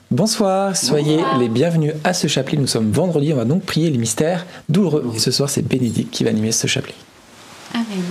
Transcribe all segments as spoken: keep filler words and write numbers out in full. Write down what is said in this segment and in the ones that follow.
Bonsoir, soyez Bonsoir. les bienvenus à ce chapelet. Nous sommes vendredi, on va donc prier les mystères douloureux. Et ce soir, c'est Bénédicte qui va animer ce chapelet. Amen.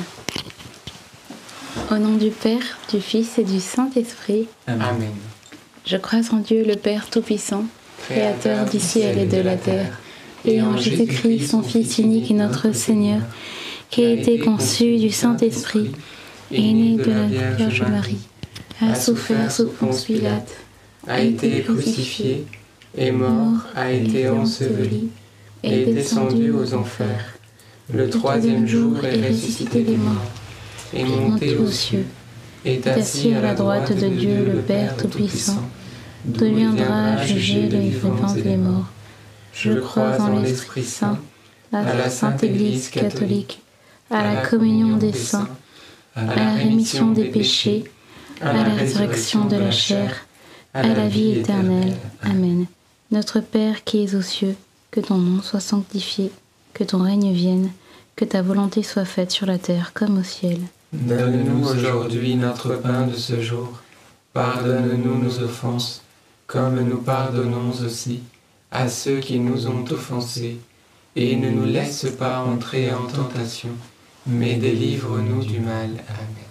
Au nom du Père, du Fils et du Saint-Esprit. Amen. Amen. Je crois en Dieu, le Père Tout-Puissant, Créateur du ciel et de la terre, et en Jésus-Christ, son Fils unique et notre Seigneur, qui a été conçu du Saint-Esprit, et né de la Vierge Marie, a souffert sous Ponce Pilate, a été crucifié, est mort, a été enseveli, et est descendu aux enfers. Le troisième jour est ressuscité des morts, est monté aux cieux, est assis à la droite de Dieu le Père Tout-Puissant, d'où viendra juger les vivants et les morts. Je crois en l'Esprit Saint, à la Sainte Église catholique, à la communion des saints, à la rémission des péchés, à la résurrection de la chair, à la vie éternelle. Amen. Notre Père qui es aux cieux, que ton nom soit sanctifié, que ton règne vienne, que ta volonté soit faite sur la terre comme au ciel. Donne-nous aujourd'hui notre pain de ce jour. Pardonne-nous nos offenses, comme nous pardonnons aussi à ceux qui nous ont offensés. Et ne nous laisse pas entrer en tentation, mais délivre-nous du mal. Amen.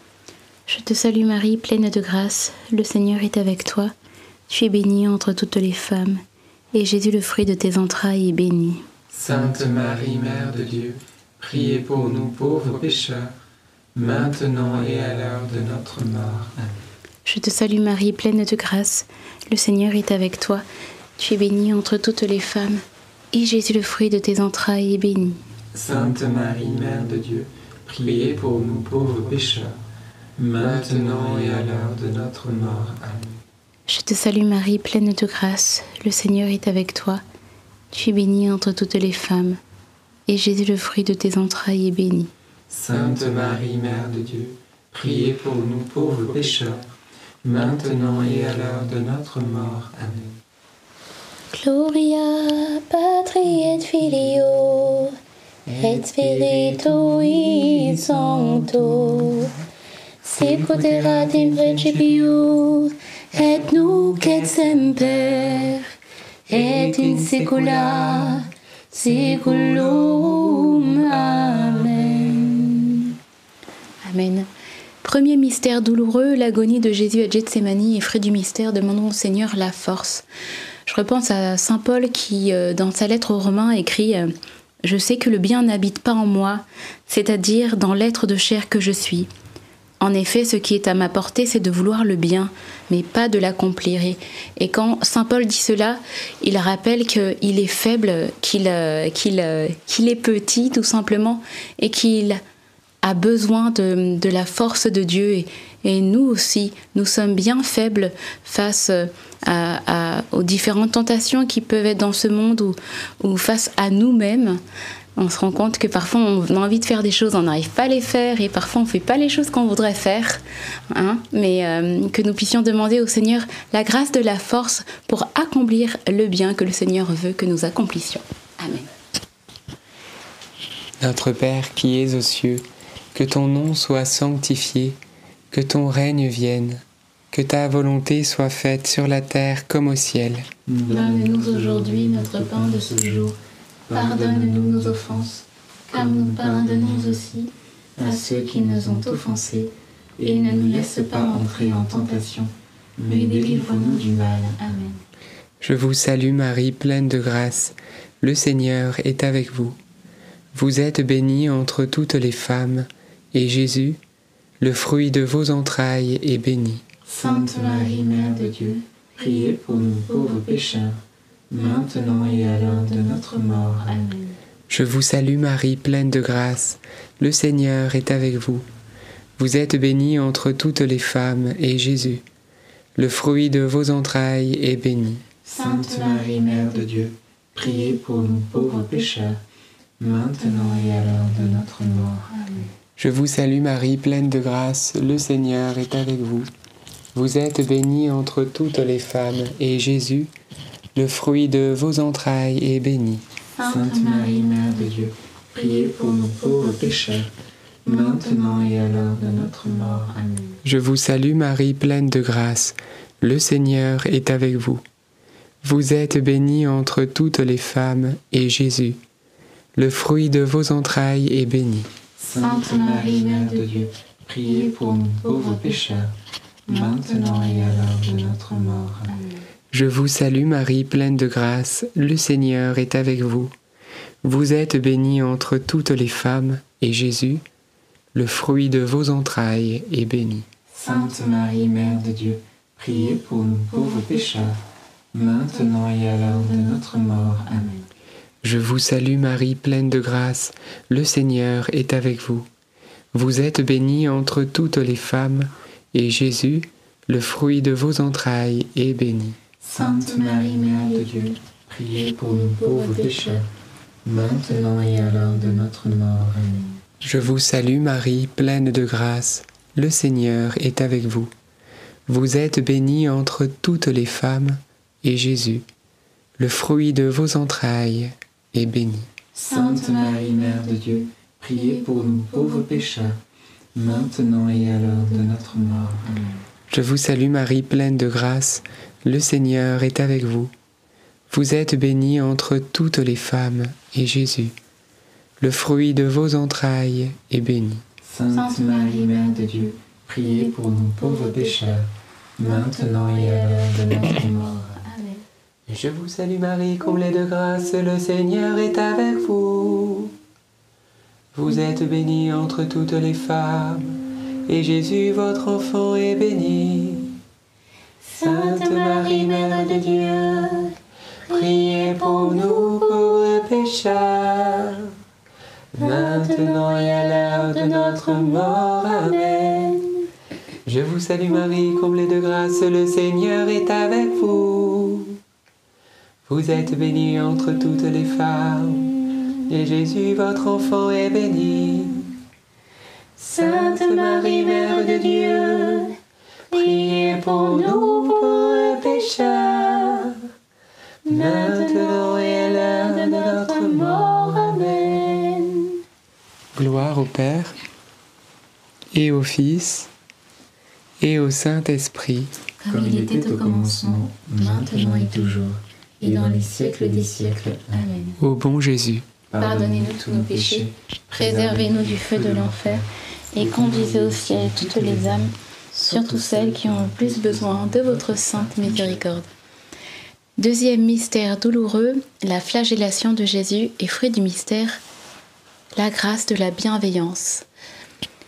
Je te salue Marie, pleine de grâce, le Seigneur est avec toi. Tu es bénie entre toutes les femmes, et Jésus, le fruit de tes entrailles, est béni. Sainte Marie, Mère de Dieu, priez pour nous pauvres pécheurs, maintenant et à l'heure de notre mort. Amen. Je te salue Marie, pleine de grâce, le Seigneur est avec toi. Tu es bénie entre toutes les femmes, et Jésus, le fruit de tes entrailles, est béni. Sainte Marie, Mère de Dieu, priez pour nous pauvres pécheurs, maintenant et à l'heure de notre mort. Amen. Je te salue Marie, pleine de grâce, le Seigneur est avec toi. Tu es bénie entre toutes les femmes, et Jésus, le fruit de tes entrailles, est béni. Sainte Marie, Mère de Dieu, priez pour nous pauvres pécheurs, maintenant et à l'heure de notre mort. Amen. Gloria Patri et Filio et Spiritui Sancto, sicut erat in principio et nunc et semper et in saecula saeculum. Amen. Amen. Premier mystère douloureux, l'agonie de Jésus à Gethsémani, et fruit du mystère, demandons au Seigneur la force. Je repense à saint Paul qui, dans sa lettre aux Romains, écrit « Je sais que le bien n'habite pas en moi, c'est-à-dire dans l'être de chair que je suis. En effet, ce qui est à ma portée, c'est de vouloir le bien, mais pas de l'accomplir. » Et quand saint Paul dit cela, il rappelle qu'il est faible, qu'il, qu'il, qu'il est petit tout simplement, et qu'il a besoin de, de la force de Dieu. Et, et nous aussi, nous sommes bien faibles face à, à, aux différentes tentations qui peuvent être dans ce monde, ou, ou face à nous-mêmes. On se rend compte que parfois on a envie de faire des choses, on n'arrive pas à les faire, et parfois on ne fait pas les choses qu'on voudrait faire, hein, mais euh, que nous puissions demander au Seigneur la grâce de la force pour accomplir le bien que le Seigneur veut que nous accomplissions. Amen. Notre Père qui es aux cieux, que ton nom soit sanctifié, que ton règne vienne, que ta volonté soit faite sur la terre comme au ciel. Donne-nous aujourd'hui notre pain de ce jour. Pardonne-nous nos offenses, comme nous pardonnons aussi à ceux qui nous ont offensés, et ne nous laisse pas entrer en tentation, mais délivre-nous du mal. Amen. Je vous salue Marie, pleine de grâce, le Seigneur est avec vous. Vous êtes bénie entre toutes les femmes, et Jésus, le fruit de vos entrailles, est béni. Sainte Marie, Mère de Dieu, priez pour nous pauvres pécheurs, maintenant et à l'heure de notre mort. Amen. Je vous salue Marie, pleine de grâce, le Seigneur est avec vous. Vous êtes bénie entre toutes les femmes, et Jésus, le fruit de vos entrailles, est béni. Sainte Marie, Mère de Dieu, priez pour nous pauvres pécheurs, maintenant et à l'heure de notre mort. Amen. Je vous salue Marie, pleine de grâce, le Seigneur est avec vous. Vous êtes bénie entre toutes les femmes, et Jésus, le fruit de vos entrailles, est béni. Sainte Marie, Mère de Dieu, priez pour nous pauvres pécheurs, maintenant et à l'heure de notre mort. Amen. Je vous salue Marie, pleine de grâce, le Seigneur est avec vous. Vous êtes bénie entre toutes les femmes, et Jésus, le fruit de vos entrailles, est béni. Sainte Marie, Mère de Dieu, priez pour nous pauvres pécheurs, maintenant et à l'heure de notre mort. Amen. Je vous salue Marie, pleine de grâce, le Seigneur est avec vous. Vous êtes bénie entre toutes les femmes, et Jésus, le fruit de vos entrailles, est béni. Sainte Marie, Mère de Dieu, priez pour nous pauvres pécheurs, maintenant et à l'heure de notre mort. Amen. Je vous salue Marie, pleine de grâce, le Seigneur est avec vous. Vous êtes bénie entre toutes les femmes, et Jésus, le fruit de vos entrailles, est béni. Sainte Marie, Mère de Dieu, priez pour nous pauvres pécheurs, maintenant et à l'heure de notre mort. Amen. Je vous salue Marie, pleine de grâce, le Seigneur est avec vous. Vous êtes bénie entre toutes les femmes, et Jésus, le fruit de vos entrailles, est béni. Sainte Marie, Mère de Dieu, priez pour nous pauvres pécheurs, maintenant et à l'heure de notre mort. Amen. Je vous salue Marie, pleine de grâce, le Seigneur est avec vous. Vous êtes bénie entre toutes les femmes, et Jésus, le fruit de vos entrailles, est béni. Sainte Marie, Mère de Dieu, priez pour nous pauvres pécheurs, maintenant et à l'heure de notre mort. Amen. Je vous salue Marie, comblée de grâce, le Seigneur est avec vous. Vous êtes bénie entre toutes les femmes, et Jésus, votre enfant, est béni. Sainte Marie, Mère de Dieu, priez pour nous pauvres pécheurs, maintenant et à l'heure de notre mort. Amen. Je vous salue Marie, comblée de grâce, le Seigneur est avec vous. Vous êtes bénie entre toutes les femmes, et Jésus, votre enfant, est béni. Sainte Marie, Mère de Dieu, priez pour nous pauvres pécheurs, maintenant et à l'heure de notre mort. Amen. Gloire au Père, et au Fils, et au Saint-Esprit, comme il était au commencement, maintenant et toujours, et dans les siècles des siècles. Amen. Ô bon Jésus, pardonnez-nous tous nos péchés, préservez-nous du feu de l'enfer, et conduisez au ciel toutes les âmes, surtout celles qui ont le plus besoin de votre sainte miséricorde. Deuxième mystère douloureux, la flagellation de Jésus et fruit du mystère, la grâce de la bienveillance. Pourquoi ?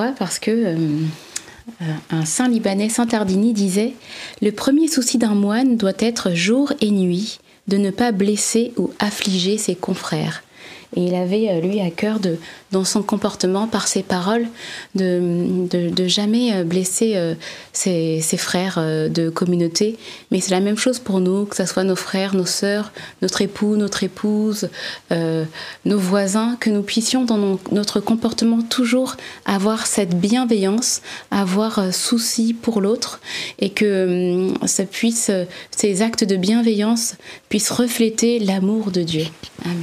Parce que euh, un saint libanais, saint Tardini, disait « Le premier souci d'un moine doit être jour et nuit de ne pas blesser ou affliger ses confrères. » Et il avait, lui, à cœur, de, dans son comportement, par ses paroles, de, de, de jamais blesser euh, ses, ses frères euh, de communauté. Mais c'est la même chose pour nous, que ce soit nos frères, nos sœurs, notre époux, notre épouse, euh, nos voisins, que nous puissions, dans nos, notre comportement, toujours avoir cette bienveillance, avoir euh, souci pour l'autre, et que euh, ça puisse, euh, ces actes de bienveillance puissent refléter l'amour de Dieu. Amen.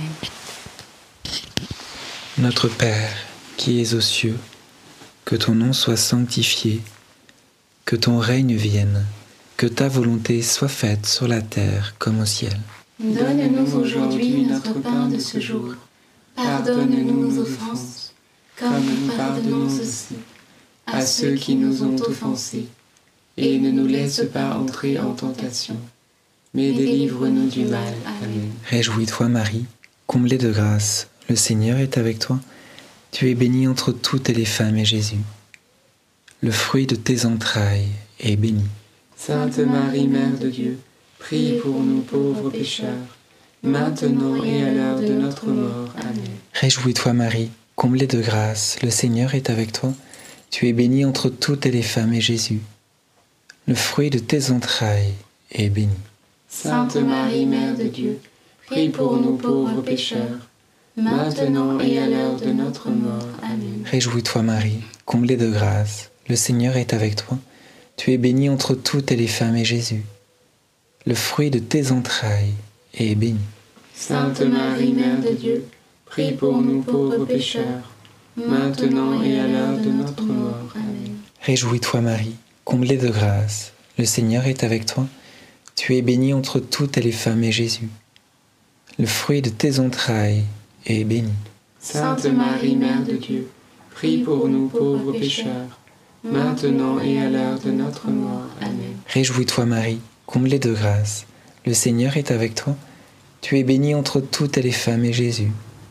Notre Père, qui es aux cieux, que ton nom soit sanctifié, que ton règne vienne, que ta volonté soit faite sur la terre comme au ciel. Donne-nous aujourd'hui notre pain de ce jour. Pardonne-nous nos offenses, comme nous pardonnons aussi à ceux qui nous ont offensés. Et ne nous laisse pas entrer en tentation, mais délivre-nous du mal. Amen. Réjouis-toi Marie, comblée de grâce, le Seigneur est avec toi. Tu es bénie entre toutes les femmes et Jésus, le fruit de tes entrailles, est béni. Sainte Marie, Mère de Dieu, prie pour nous pauvres pécheurs, maintenant et à l'heure de notre mort. Amen. Réjouis-toi Marie, comblée de grâce, le Seigneur est avec toi. Tu es bénie entre toutes les femmes et Jésus, le fruit de tes entrailles, est béni. Sainte Marie, Mère de Dieu, prie pour nous pauvres pécheurs, maintenant et à l'heure de notre mort. Amen. Réjouis-toi Marie, comblée de grâce, le Seigneur est avec toi. Tu es bénie entre toutes les femmes et Jésus, le fruit de tes entrailles, est béni. Sainte Marie, Mère de Dieu, prie pour nous pauvres pécheurs, maintenant et à l'heure de notre mort. Amen. Réjouis-toi Marie, comblée de grâce, le Seigneur est avec toi. Tu es bénie entre toutes les femmes et Jésus, le fruit de tes entrailles, est béni. Sainte Marie, Mère de Dieu, prie pour nous pauvres pécheurs, maintenant et à l'heure de notre mort. Amen. Réjouis-toi Marie, comblée de grâce, le Seigneur est avec toi. Tu es bénie entre toutes les femmes et Jésus,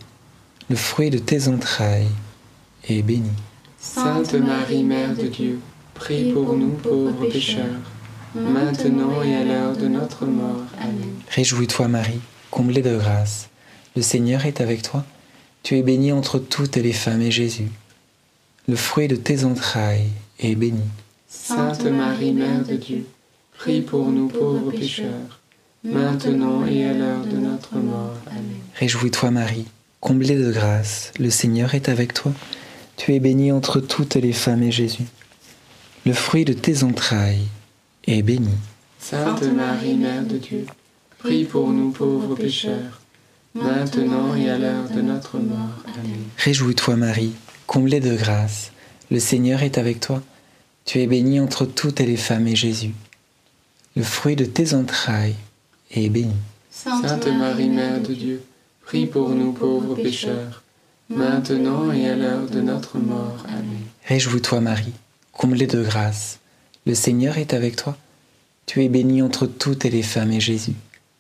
le fruit de tes entrailles, est béni. Sainte Marie, Mère de Dieu, prie pour nous pauvres pécheurs, maintenant et à l'heure de notre mort. Amen. Réjouis-toi Marie, comblée de grâce, le Seigneur est avec toi. Tu es bénie entre toutes les femmes et Jésus, le fruit de tes entrailles, est béni. Sainte Marie, Mère de Dieu, prie pour nous pauvres pécheurs, maintenant et à l'heure de notre mort. Amen. Réjouis-toi Marie, comblée de grâce, le Seigneur est avec toi. Tu es bénie entre toutes les femmes et Jésus, le fruit de tes entrailles, est béni. Sainte Marie, Mère de Dieu, prie pour nous pauvres pécheurs, maintenant et à l'heure de notre mort. Amen. Réjouis-toi Marie, comblée de grâce, le Seigneur est avec toi. Tu es bénie entre toutes les femmes et Jésus, le fruit de tes entrailles, est béni. Sainte Marie, Mère de Dieu, prie pour nous pauvres pécheurs, maintenant et à l'heure de notre mort. Amen. Réjouis-toi Marie, comblée de grâce, le Seigneur est avec toi. Tu es bénie entre toutes les femmes et Jésus,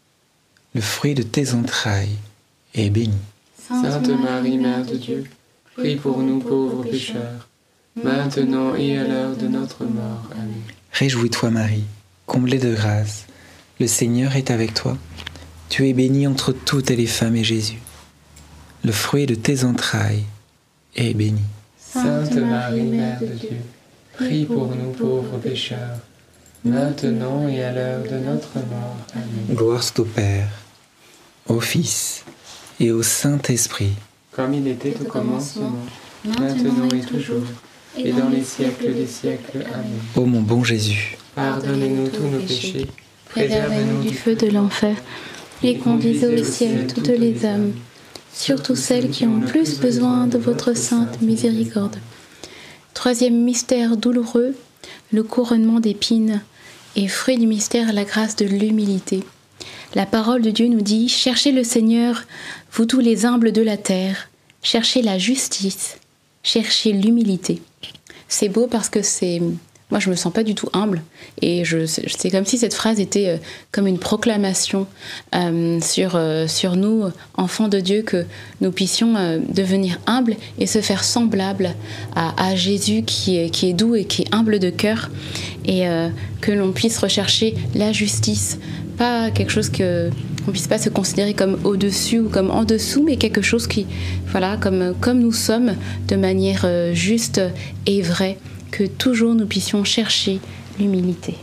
le fruit de tes entrailles, est béni. Sainte Marie, Mère de Dieu, prie pour nous pauvres pécheurs, maintenant et à l'heure de notre mort. Amen. Réjouis-toi Marie, comblée de grâce, le Seigneur est avec toi. Tu es bénie entre toutes les femmes et Jésus, le fruit de tes entrailles, est béni. Sainte Marie, Mère de Dieu, prie pour nous pauvres pécheurs, maintenant et à l'heure de notre mort. Amen. Gloire soit au Père, au Fils et au Saint-Esprit, comme il était au commencement, maintenant et toujours, et dans les siècles des siècles. Amen. Ô mon bon Jésus, pardonnez-nous tous nos péchés, préservez-nous du feu de l'enfer, et conduisez au ciel toutes les âmes, surtout celles qui ont le plus besoin de votre sainte miséricorde. Troisième mystère douloureux, le couronnement d'épines, et fruit du mystère, la grâce de l'humilité. La parole de Dieu nous dit « Cherchez le Seigneur, vous tous les humbles de la terre, cherchez la justice, cherchez l'humilité. » C'est beau parce que c'est... Moi, je me sens pas du tout humble, et je, c'est comme si cette phrase était euh, comme une proclamation euh, sur, euh, sur nous, enfants de Dieu, que nous puissions euh, devenir humbles et se faire semblables à, à Jésus qui est, qui est doux et qui est humble de cœur, et euh, que l'on puisse rechercher la justice, pas quelque chose que qu'on puisse pas se considérer comme au-dessus ou comme en dessous, mais quelque chose qui, voilà, comme, comme nous sommes, de manière euh, juste et vraie, que toujours nous puissions chercher l'humilité.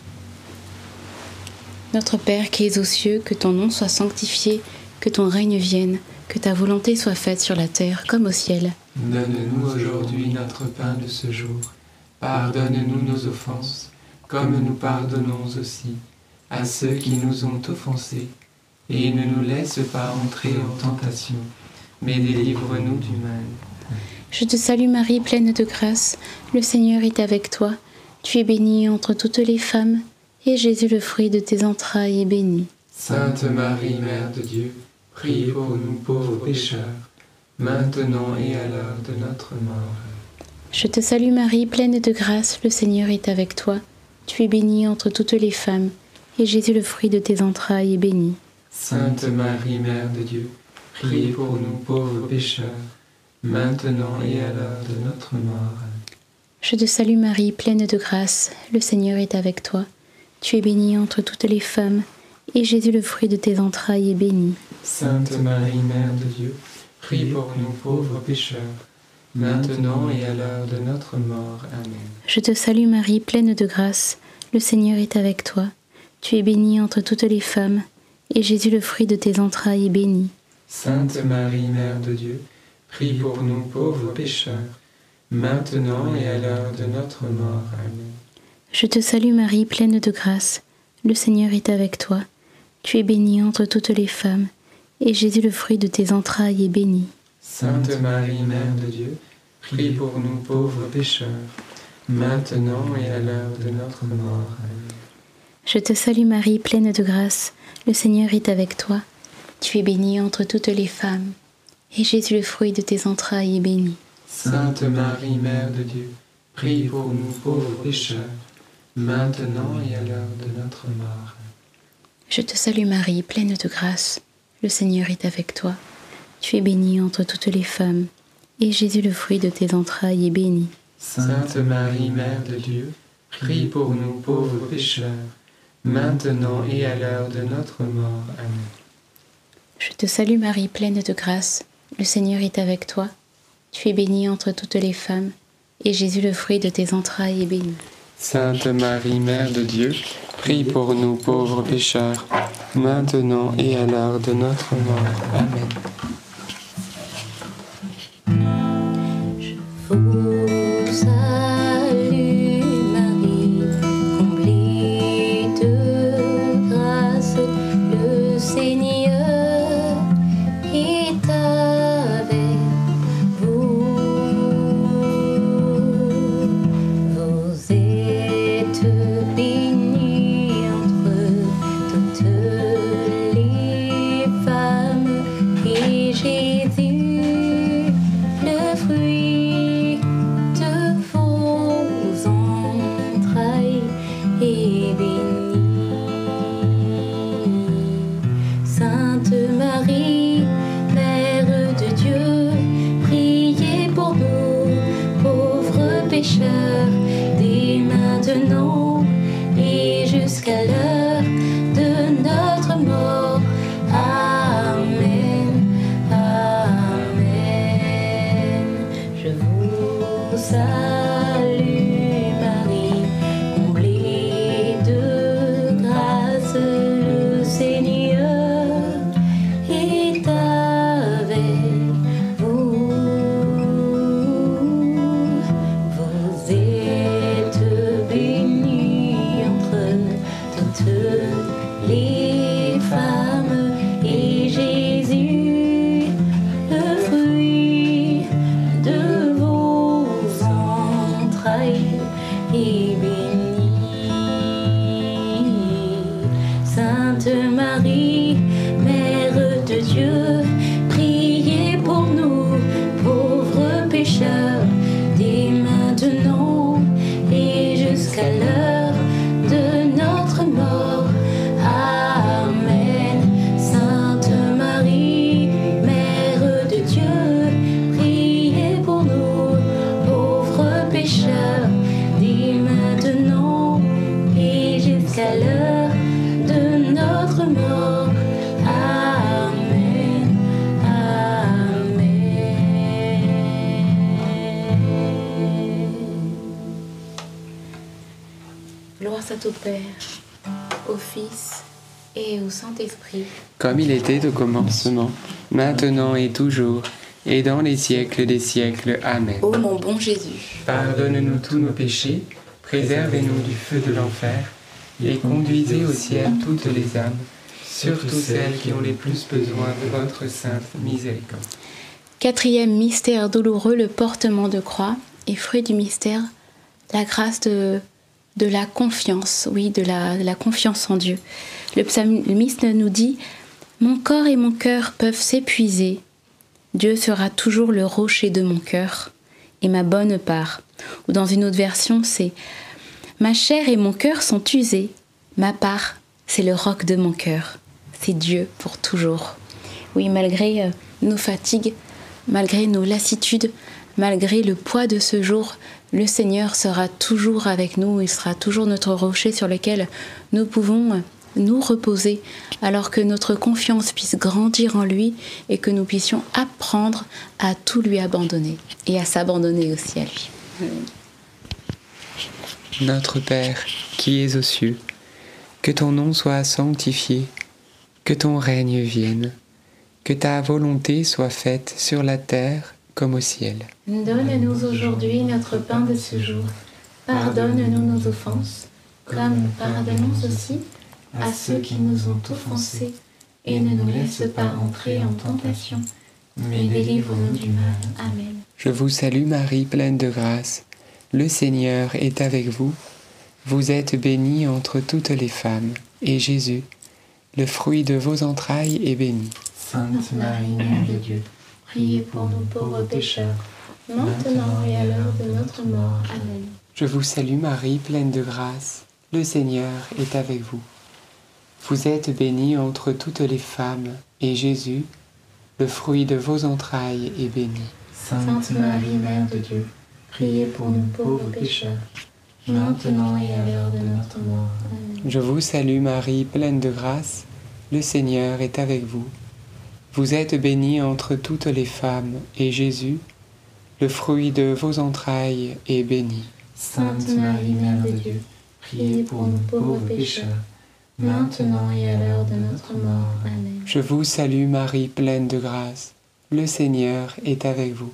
Notre Père qui es aux cieux, que ton nom soit sanctifié, que ton règne vienne, que ta volonté soit faite sur la terre comme au ciel. Donne-nous aujourd'hui notre pain de ce jour. Pardonne-nous nos offenses, comme nous pardonnons aussi à ceux qui nous ont offensés. Et ne nous laisse pas entrer en tentation, mais délivre-nous du mal. Je te salue Marie, pleine de grâce, le Seigneur est avec toi. Tu es bénie entre toutes les femmes, et Jésus, le fruit de tes entrailles, est béni. Sainte Marie, Mère de Dieu, prie pour nous pauvres pécheurs, maintenant et à l'heure de notre mort. Je te salue Marie, pleine de grâce, le Seigneur est avec toi. Tu es bénie entre toutes les femmes, et Jésus, le fruit de tes entrailles, est béni. Sainte Marie, Mère de Dieu, prie pour nous pauvres pécheurs, maintenant et à l'heure de notre mort. Je te salue Marie, pleine de grâce, le Seigneur est avec toi. Tu es bénie entre toutes les femmes, et Jésus, le fruit de tes entrailles, est béni. Sainte Marie, Mère de Dieu, prie pour nous pauvres pécheurs, maintenant et à l'heure de notre mort. Amen. Je te salue Marie, pleine de grâce, le Seigneur est avec toi. Tu es bénie entre toutes les femmes, et Jésus, le fruit de tes entrailles, est béni. Sainte Marie, Mère de Dieu, prie pour nous pauvres pécheurs, maintenant et à l'heure de notre mort. Amen. Je te salue Marie, pleine de grâce, le Seigneur est avec toi. Tu es bénie entre toutes les femmes, et Jésus, le fruit de tes entrailles, est béni. Sainte Marie, Mère de Dieu, prie pour nous pauvres pécheurs, maintenant et à l'heure de notre mort. Amen. Je te salue Marie, pleine de grâce, le Seigneur est avec toi. Tu es bénie entre toutes les femmes, et Jésus, le fruit de tes entrailles, est béni. Sainte Marie, Mère de Dieu, prie pour nous pauvres pécheurs, maintenant et à l'heure de notre mort. Je te salue Marie, pleine de grâce, le Seigneur est avec toi. Tu es bénie entre toutes les femmes, et Jésus, le fruit de tes entrailles, est béni. Sainte Marie, Mère de Dieu, prie pour nous pauvres pécheurs, maintenant et à l'heure de notre mort. Amen. Je te salue Marie, pleine de grâce, le Seigneur est avec toi. Tu es bénie entre toutes les femmes, et Jésus, le fruit de tes entrailles, est béni. Sainte Marie, Mère de Dieu, prie pour nous pauvres pécheurs, maintenant et à l'heure de notre mort. Amen. Vous salue Marie, comblée de grâce, le Seigneur est avec vous. Vous êtes bénie entre toutes les femmes, et Jésus, le fruit de vos entrailles, est béni. Sainte Marie, Mère de Dieu, priez pour nous, pauvres pécheurs, dès maintenant et jusqu'à l'heure de notre mort. Amen. Amen. Je vous salue Marie, comblée de grâce, le Seigneur est avec vous. Vous êtes bénie entre toutes les femmes, et Jésus, le fruit de vos entrailles, est béni. Sainte Marie, Mère de Dieu, priez pour nous, pauvres pécheurs, dès maintenant et jusqu'à l'heure de notre mort. Amen. Sainte Marie, Mère de Dieu, priez pour nous, pauvres pécheurs, dès maintenant et jusqu'à l'heure de notre mort. Amen. Amen. Gloire soit au Père, au Fils et au Saint-Esprit. Comme il était au commencement, maintenant et toujours, et dans les siècles des siècles. Amen. Ô mon bon Jésus, Pardonne-nous tous nos péchés, préservez-nous du feu de l'enfer, et conduisez au ciel toutes les âmes, surtout celles qui ont les plus besoin de votre sainte miséricorde. quatrième mystère douloureux, le portement de croix, et fruit du mystère, la grâce de, de la confiance, oui, de la, de la confiance en Dieu. Le psalmiste nous dit « Mon corps et mon cœur peuvent s'épuiser, Dieu sera toujours le rocher de mon cœur et ma bonne part. » Ou dans une autre version, c'est « Ma chair et mon cœur sont usés, ma part, c'est le roc de mon cœur. C'est Dieu pour toujours. » Oui, malgré euh, nos fatigues, malgré nos lassitudes, malgré le poids de ce jour, le Seigneur sera toujours avec nous, il sera toujours notre rocher sur lequel nous pouvons nous reposer, alors que notre confiance puisse grandir en lui et que nous puissions apprendre à tout lui abandonner et à s'abandonner aussi à lui. Notre Père, qui es aux cieux, que ton nom soit sanctifié, que ton règne vienne, que ta volonté soit faite sur la terre comme au ciel. Donne-nous aujourd'hui notre pain de ce jour. Pardonne-nous nos offenses, comme nous pardonnons aussi à ceux qui nous ont offensés, et ne nous laisse pas entrer en tentation, mais délivre-nous du mal. Amen. Je vous salue Marie, pleine de grâce. Le Seigneur est avec vous. Vous êtes bénie entre toutes les femmes, et Jésus, le fruit de vos entrailles, est béni. Sainte Marie, Mère de Dieu, priez pour nous pauvres pécheurs, maintenant et à l'heure de notre mort. Amen. Je vous salue Marie, pleine de grâce, le Seigneur est avec vous. Vous êtes bénie entre toutes les femmes, et Jésus, le fruit de vos entrailles, est béni. Sainte Marie, Mère de Dieu, priez pour nous pauvres pécheurs, maintenant et à l'heure de notre mort. Amen. Je vous salue Marie, pleine de grâce, le Seigneur est avec vous. Vous êtes bénie entre toutes les femmes, et Jésus, le fruit de vos entrailles, est béni. Sainte Marie, Mère de Dieu, priez pour nous pauvres pécheurs, maintenant et à l'heure de notre mort. Amen. Je vous salue Marie, pleine de grâce, le Seigneur est avec vous.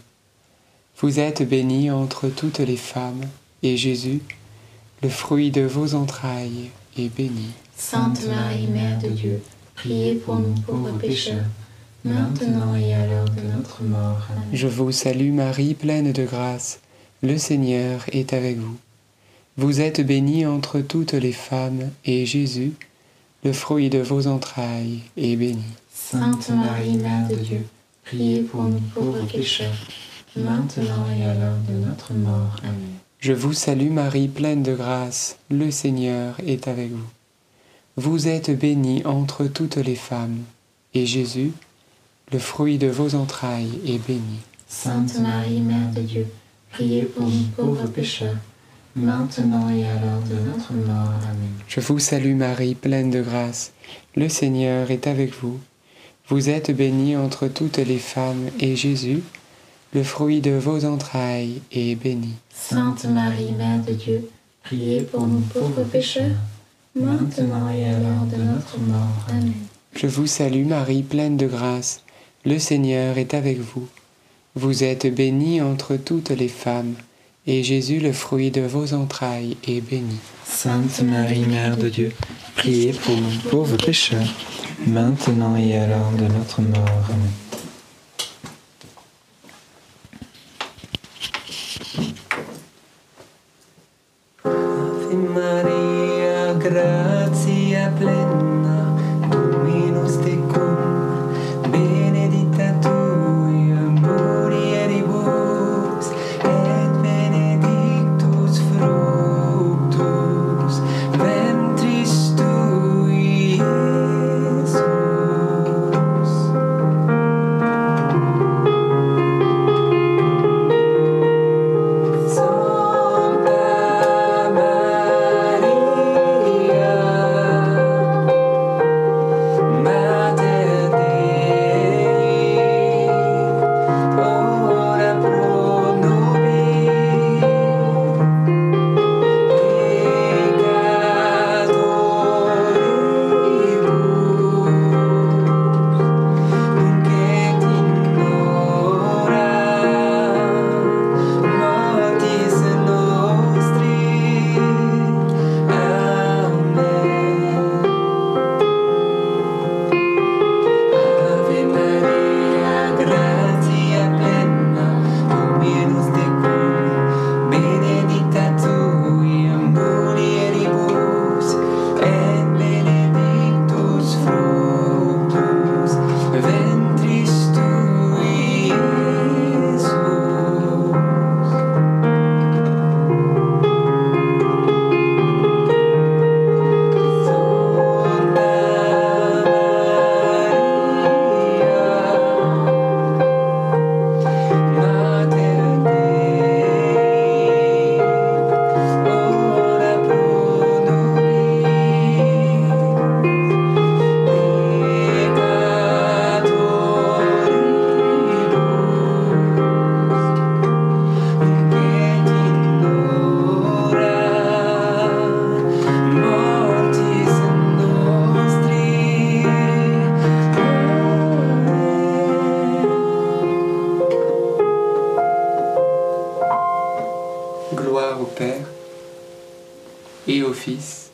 Vous êtes bénie entre toutes les femmes, et Jésus, le fruit de vos entrailles, est béni. Sainte Marie, Mère de Dieu, priez pour nous pauvres pécheurs, maintenant et à l'heure de notre mort. Amen. Je vous salue Marie, pleine de grâce, le Seigneur est avec vous. Vous êtes bénie entre toutes les femmes, et Jésus, le fruit de vos entrailles, est béni. Sainte Marie, Mère de Dieu, priez pour nous pauvres pécheurs, maintenant et à l'heure de notre mort. Amen. Je vous salue Marie, pleine de grâce, le Seigneur est avec vous. Vous êtes bénie entre toutes les femmes, et Jésus, le fruit de vos entrailles, est béni. Sainte Marie, Mère de Dieu, priez pour nous pauvres pécheurs, maintenant et à l'heure de notre mort. Amen. Je vous salue Marie, pleine de grâce, le Seigneur est avec vous. Vous êtes bénie entre toutes les femmes, et Jésus, le fruit de vos entrailles, est béni. Sainte Marie, Mère de Dieu, priez pour nous pauvres pécheurs, maintenant et à l'heure de notre mort. Amen. Je vous salue Marie, pleine de grâce, le Seigneur est avec vous. Vous êtes bénie entre toutes les femmes, et Jésus, le fruit de vos entrailles, est béni. Sainte Marie, Mère de Dieu, priez pour nous pauvres pécheurs, maintenant et à l'heure de notre mort. Amen. Ave Maria, gratia plena, Dominus tecum, benedicta tu in mulieribus, et benedictus fructus ventris tui, Iesus. et au Fils,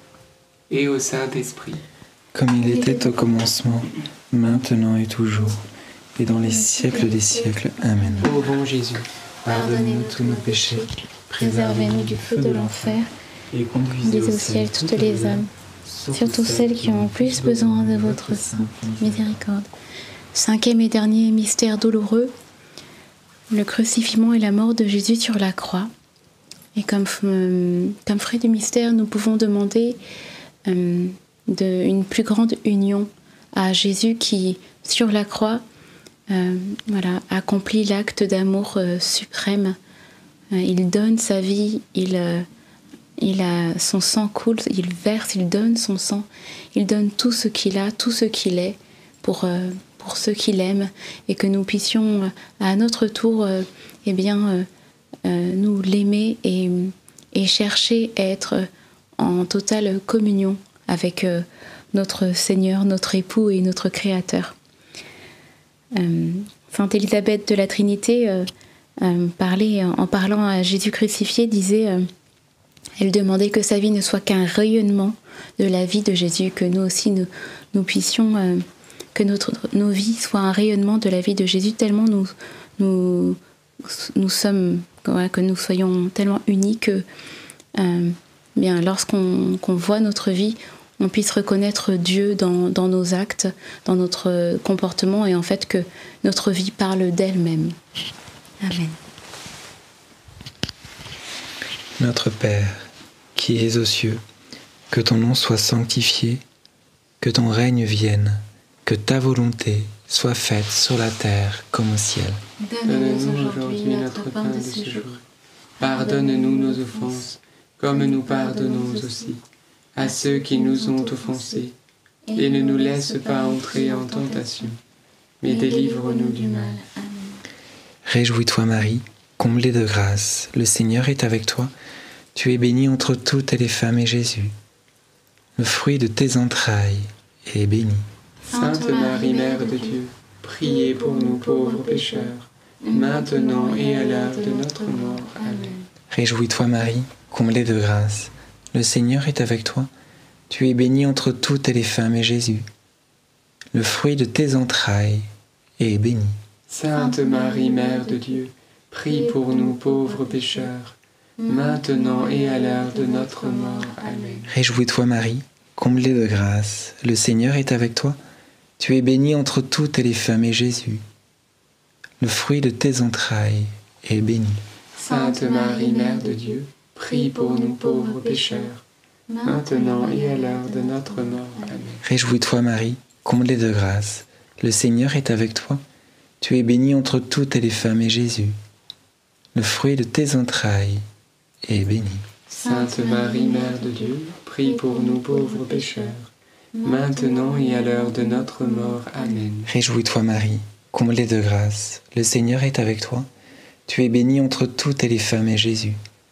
et au Saint-Esprit. Comme il était au commencement, maintenant et toujours, et dans les siècles des siècles. Amen. Ô bon Jésus, pardonnez-nous tous nos péchés, préservez-nous du feu de l'enfer, et conduisez Conduisez au ciel toutes les âmes, surtout celles qui ont le plus besoin de votre sainte miséricorde. Cinquième et dernier mystère douloureux, le crucifixion et la mort de Jésus sur la croix. Et comme, euh, comme fruit du mystère, nous pouvons demander euh, de, une plus grande union à Jésus qui, sur la croix, euh, voilà, accomplit l'acte d'amour euh, suprême. Euh, il donne sa vie, il, euh, il a, son sang coule, il verse, il donne son sang, il donne tout ce qu'il a, tout ce qu'il est pour, euh, pour ceux qui l'aiment, et que nous puissions à notre tour euh, eh bien, euh, euh, nous l'aimer et, et chercher à être en totale communion avec euh, notre Seigneur, notre époux et notre Créateur. Euh, Sainte Élisabeth de la Trinité euh, euh, parlait, en parlant à Jésus crucifié, disait, euh, elle demandait que sa vie ne soit qu'un rayonnement de la vie de Jésus, que nous aussi nous, nous puissions, euh, que notre, nos vies soient un rayonnement de la vie de Jésus, tellement nous, nous, nous sommes, ouais, que nous soyons tellement unis que euh, bien, lorsqu'on qu'on voit notre vie, on puisse reconnaître Dieu dans, dans nos actes, dans notre comportement, et en fait que notre vie parle d'elle-même. Amen. Notre Père, qui es aux cieux, que ton nom soit sanctifié, que ton règne vienne, que ta volonté soit faite sur la terre comme au ciel. Donne-nous aujourd'hui notre pain de ce jour. Pardonne-nous nos offenses, comme nous pardonnons aussi à ceux qui nous ont offensés, et ne nous laisse pas entrer en tentation, mais délivre-nous du mal. Amen. Réjouis-toi Marie, comblée de grâce, le Seigneur est avec toi. Tu es bénie entre toutes les femmes et Jésus, le fruit de tes entrailles, est béni. Sainte Marie, Mère de Dieu, priez pour nous pauvres pécheurs, maintenant et à l'heure de notre mort. Amen. Réjouis-toi Marie, comblée de grâce, le Seigneur est avec toi. Tu es bénie entre toutes les femmes et Jésus, le fruit de tes entrailles, est béni. Sainte Marie, Mère de Dieu, prie pour nous pauvres pécheurs, maintenant et à l'heure de notre mort. Amen. Réjouis-toi Marie, comblée de grâce, le Seigneur est avec toi. Tu es bénie entre toutes les femmes et Jésus, le fruit de tes entrailles, est béni. Sainte Marie, Mère de Dieu, prie pour nous pauvres pécheurs, maintenant et à l'heure de notre mort. Amen. Réjouis-toi Marie, comblée de grâce, le Seigneur est avec toi. Tu es bénie entre toutes les femmes et Jésus, le fruit de tes entrailles, est béni. Sainte Marie, Mère de Dieu, prie pour nous pauvres pécheurs, maintenant et à l'heure de notre mort. Amen. Réjouis-toi Marie, comblée de grâce, le Seigneur est avec toi. Tu es bénie entre toutes les femmes et Jésus,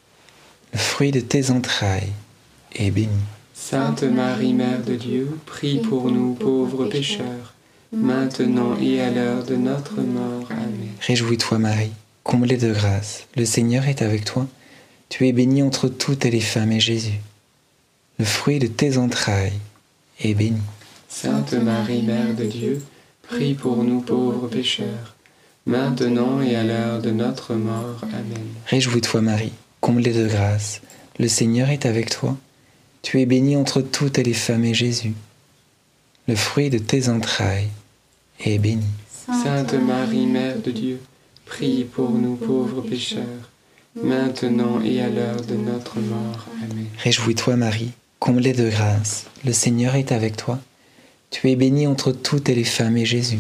le fruit de tes entrailles, est béni. Sainte Marie, Mère de Dieu, prie pour nous pauvres pécheurs, maintenant et à l'heure de notre mort. Amen. Réjouis-toi Marie, comblée de grâce, le Seigneur est avec toi. Tu es bénie entre toutes les femmes et Jésus, le fruit de tes entrailles, est béni. Sainte Marie, Mère de Dieu, prie pour nous pauvres pécheurs, maintenant et à l'heure de notre mort. Amen. Réjouis-toi Marie, comblée de grâce, le Seigneur est avec toi. Tu es bénie entre toutes les femmes et Jésus, le fruit de tes entrailles, est béni. Sainte Marie, Mère de Dieu, prie pour nous pauvres pécheurs, maintenant et à l'heure de notre mort. Amen. Réjouis-toi Marie, comblée de grâce, le Seigneur est avec toi. Tu es bénie entre toutes les femmes et Jésus,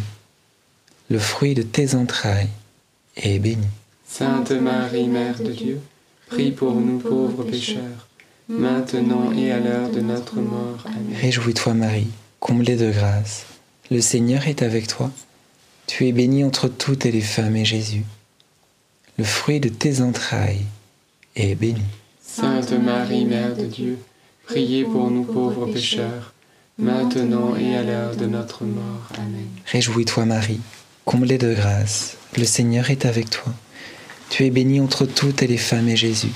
le fruit de tes entrailles, est béni. Sainte Marie, Mère de Dieu, prie pour nous pauvres pécheurs, maintenant et à l'heure de notre mort. Amen. Réjouis-toi Marie, comblée de grâce, le Seigneur est avec toi. Tu es bénie entre toutes les femmes et Jésus, le fruit de tes entrailles, est béni. Sainte Marie, Mère de Dieu, priez pour nous pauvres pécheurs, maintenant et à l'heure de notre mort. Amen. Réjouis-toi Marie, comblée de grâce, le Seigneur est avec toi. Tu es bénie entre toutes les femmes et Jésus,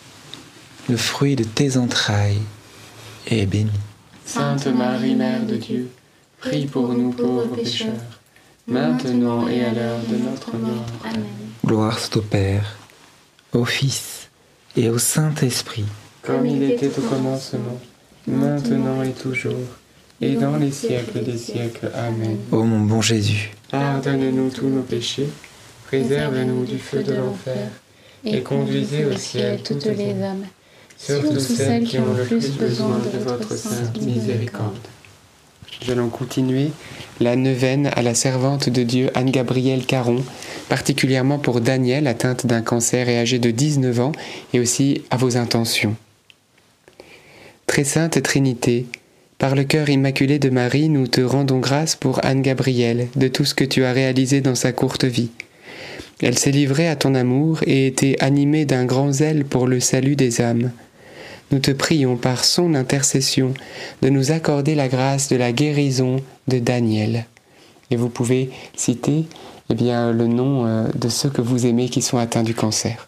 le fruit de tes entrailles, est béni. Sainte Marie, Mère de Dieu, prie pour nous pauvres pécheurs, maintenant et à l'heure de notre mort. Amen. Gloire soit au Père, au Fils et au Saint-Esprit, comme il était au commencement, maintenant et toujours, et dans les siècles des siècles. Amen. Ô mon bon Jésus, Pardonne-nous tous nos péchés, préserve-nous du feu de l'enfer, et conduisez au ciel toutes les âmes, surtout celles qui ont le plus besoin de votre sainte miséricorde. Nous allons continuer la neuvaine à la servante de Dieu Anne-Gabrielle Caron, particulièrement pour Daniel, atteinte d'un cancer et âgée de dix-neuf ans, et aussi à vos intentions. Très sainte Trinité, par le cœur immaculé de Marie, nous te rendons grâce pour Anne-Gabrielle, de tout ce que tu as réalisé dans sa courte vie. Elle s'est livrée à ton amour et était animée d'un grand zèle pour le salut des âmes. Nous te prions par son intercession de nous accorder la grâce de la guérison de Daniel. Et vous pouvez citer eh bien, le nom euh, de ceux que vous aimez qui sont atteints du cancer.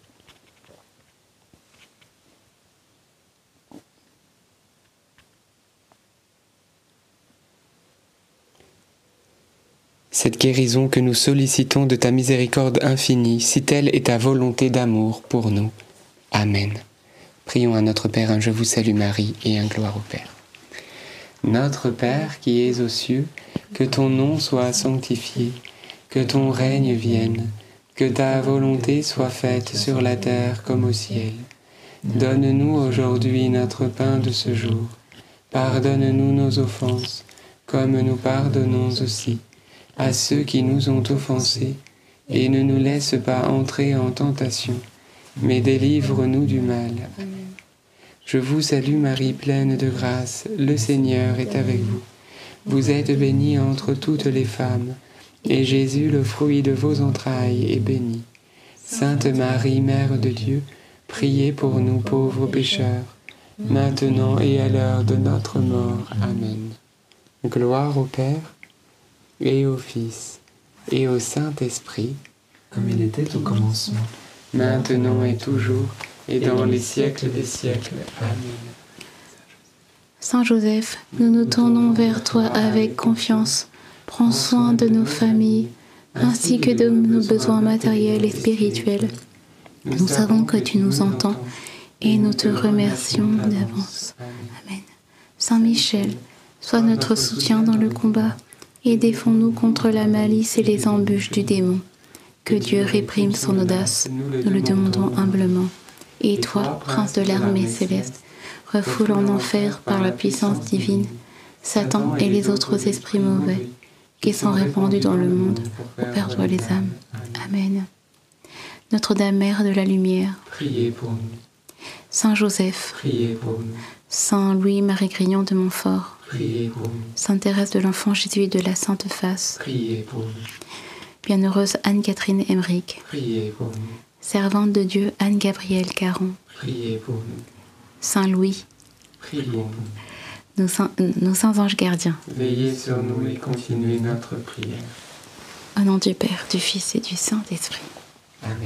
Cette guérison que nous sollicitons de ta miséricorde infinie, si telle est ta volonté d'amour pour nous. Amen. Prions à notre Père un Je vous salue Marie et un gloire au Père. Notre Père qui es aux cieux, que ton nom soit sanctifié, que ton règne vienne, que ta volonté soit faite sur la terre comme au ciel. Donne-nous aujourd'hui notre pain de ce jour. Pardonne-nous nos offenses, comme nous pardonnons aussi à ceux qui nous ont offensés, et ne nous laisse pas entrer en tentation, mais délivre-nous du mal. Amen. Je vous salue Marie, pleine de grâce, le Seigneur est avec vous. Vous êtes bénie entre toutes les femmes, et Jésus, le fruit de vos entrailles, est béni. Sainte Marie, Mère de Dieu, priez pour nous pauvres pécheurs, maintenant et à l'heure de notre mort. Amen. Gloire au Père, et au Fils, et au Saint-Esprit, comme il était au commencement, maintenant et toujours, et dans les siècles des siècles. Amen. Saint Joseph, nous nous tournons vers toi avec confiance. Prends soin de nos familles, ainsi que de nos besoins matériels et spirituels. Nous savons que tu nous entends, et nous te remercions d'avance. Amen. Saint Michel, sois notre soutien dans le combat, et défends-nous contre la malice et les embûches du démon. Que Dieu réprime son audace, nous le demandons humblement. Et toi, prince de l'armée céleste, refoule en enfer par la puissance divine Satan et les autres esprits mauvais qui sont répandus dans le monde pour perdre les âmes. Amen. Notre-Dame Mère de la Lumière, priez pour nous. Saint Joseph, priez pour nous. Saint Louis-Marie Grignon de Montfort, priez pour nous. Sainte Thérèse de l'Enfant Jésus et de la Sainte Face, priez pour nous. Bienheureuse Anne-Catherine Emmerich, priez pour nous. Servante de Dieu Anne-Gabrielle Caron, priez pour nous. Saint Louis, priez pour nous. Nos saints, nos saints anges gardiens, veillez sur nous et continuez notre prière. Au nom du Père, du Fils et du Saint-Esprit. Amen.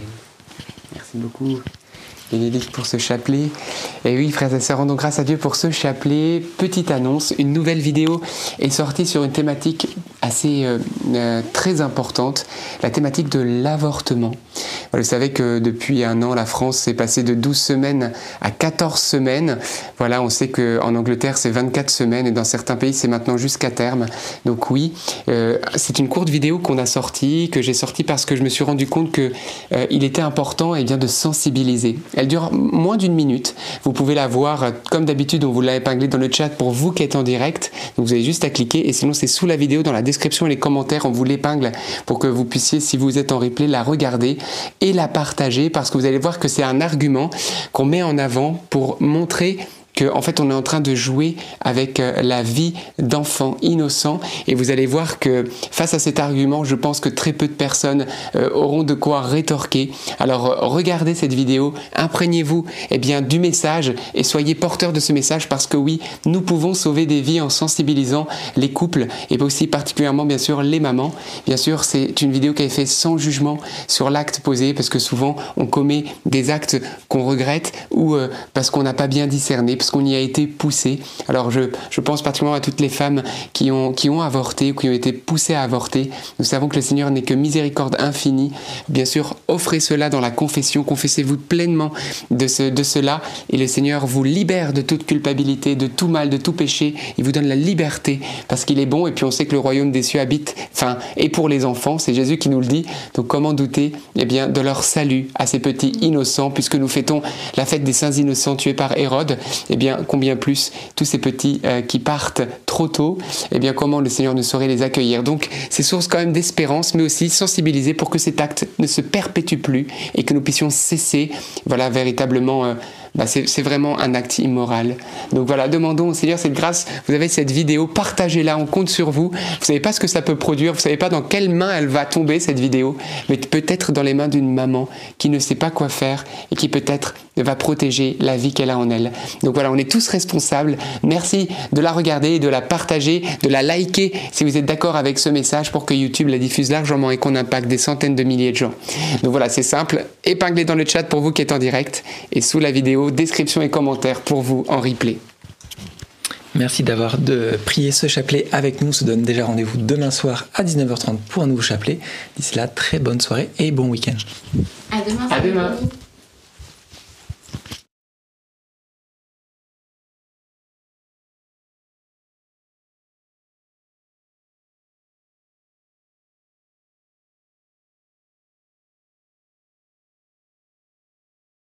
Merci beaucoup, Bénédicte, pour ce chapelet. Et oui, frères et sœurs, rendons grâce à Dieu pour ce chapelet. Petite annonce, une nouvelle vidéo est sortie sur une thématique assez euh, euh, très importante, la thématique de l'avortement. Vous savez que depuis un an, la France s'est passée de douze semaines à quatorze semaines. Voilà, on sait qu'en Angleterre, c'est vingt-quatre semaines et dans certains pays, c'est maintenant jusqu'à terme. Donc oui, euh, c'est une courte vidéo qu'on a sortie, que j'ai sortie parce que je me suis rendu compte qu'il euh, était important eh bien, de sensibiliser. Elle dure moins d'une minute. Vous pouvez la voir, euh, comme d'habitude, on vous l'a épinglé dans le chat pour vous qui êtes en direct. Donc vous avez juste à cliquer et sinon c'est sous la vidéo, dans la description et les commentaires, on vous l'épingle pour que vous puissiez, si vous êtes en replay, la regarder et la partager, parce que vous allez voir que c'est un argument qu'on met en avant pour montrer que, en fait, on est en train de jouer avec la vie d'enfants innocents. Et vous allez voir que face à cet argument, je pense que très peu de personnes euh, auront de quoi rétorquer. Alors, regardez cette vidéo, imprégnez-vous eh bien, du message et soyez porteurs de ce message, parce que oui, nous pouvons sauver des vies en sensibilisant les couples et aussi particulièrement, bien sûr, les mamans. Bien sûr, c'est une vidéo qui est faite sans jugement sur l'acte posé, parce que souvent, on commet des actes qu'on regrette ou euh, parce qu'on n'a pas bien discerné, parce parce qu'on y a été poussé. Alors je, je pense particulièrement à toutes les femmes qui ont, qui ont avorté ou qui ont été poussées à avorter. Nous savons que le Seigneur n'est que miséricorde infinie. Bien sûr, offrez cela dans la confession, confessez-vous pleinement de, ce, de cela et le Seigneur vous libère de toute culpabilité, de tout mal, de tout péché. Il vous donne la liberté parce qu'il est bon et puis on sait que le royaume des cieux habite, enfin, est pour les enfants, c'est Jésus qui nous le dit. Donc comment douter eh bien, de leur salut à ces petits innocents, puisque nous fêtons la fête des saints innocents tués par Hérode, eh bien combien plus tous ces petits euh, qui partent trop tôt, eh bien comment le Seigneur ne saurait les accueillir. Donc c'est source quand même d'espérance, mais aussi sensibiliser pour que cet acte ne se perpétue plus et que nous puissions cesser, voilà, véritablement... Euh, Bah c'est, c'est vraiment un acte immoral. Donc voilà, demandons au Seigneur cette grâce. Vous avez cette vidéo, partagez-la, on compte sur vous. Vous ne savez pas ce que ça peut produire, vous ne savez pas dans quelle main elle va tomber cette vidéo, mais peut-être dans les mains d'une maman qui ne sait pas quoi faire et qui peut-être va protéger la vie qu'elle a en elle. Donc voilà, on est tous responsables. Merci de la regarder, de la partager, de la liker si vous êtes d'accord avec ce message pour que YouTube la diffuse largement et qu'on impacte des centaines de milliers de gens. Donc voilà, c'est simple. Épinglez dans le chat pour vous qui êtes en direct et sous la vidéo, description et commentaires pour vous en replay. Merci d'avoir de prié ce chapelet avec nous. On se donne déjà rendez-vous demain soir à dix-neuf heures trente pour un nouveau chapelet. D'ici là, très bonne soirée et bon week-end. À demain. À demain.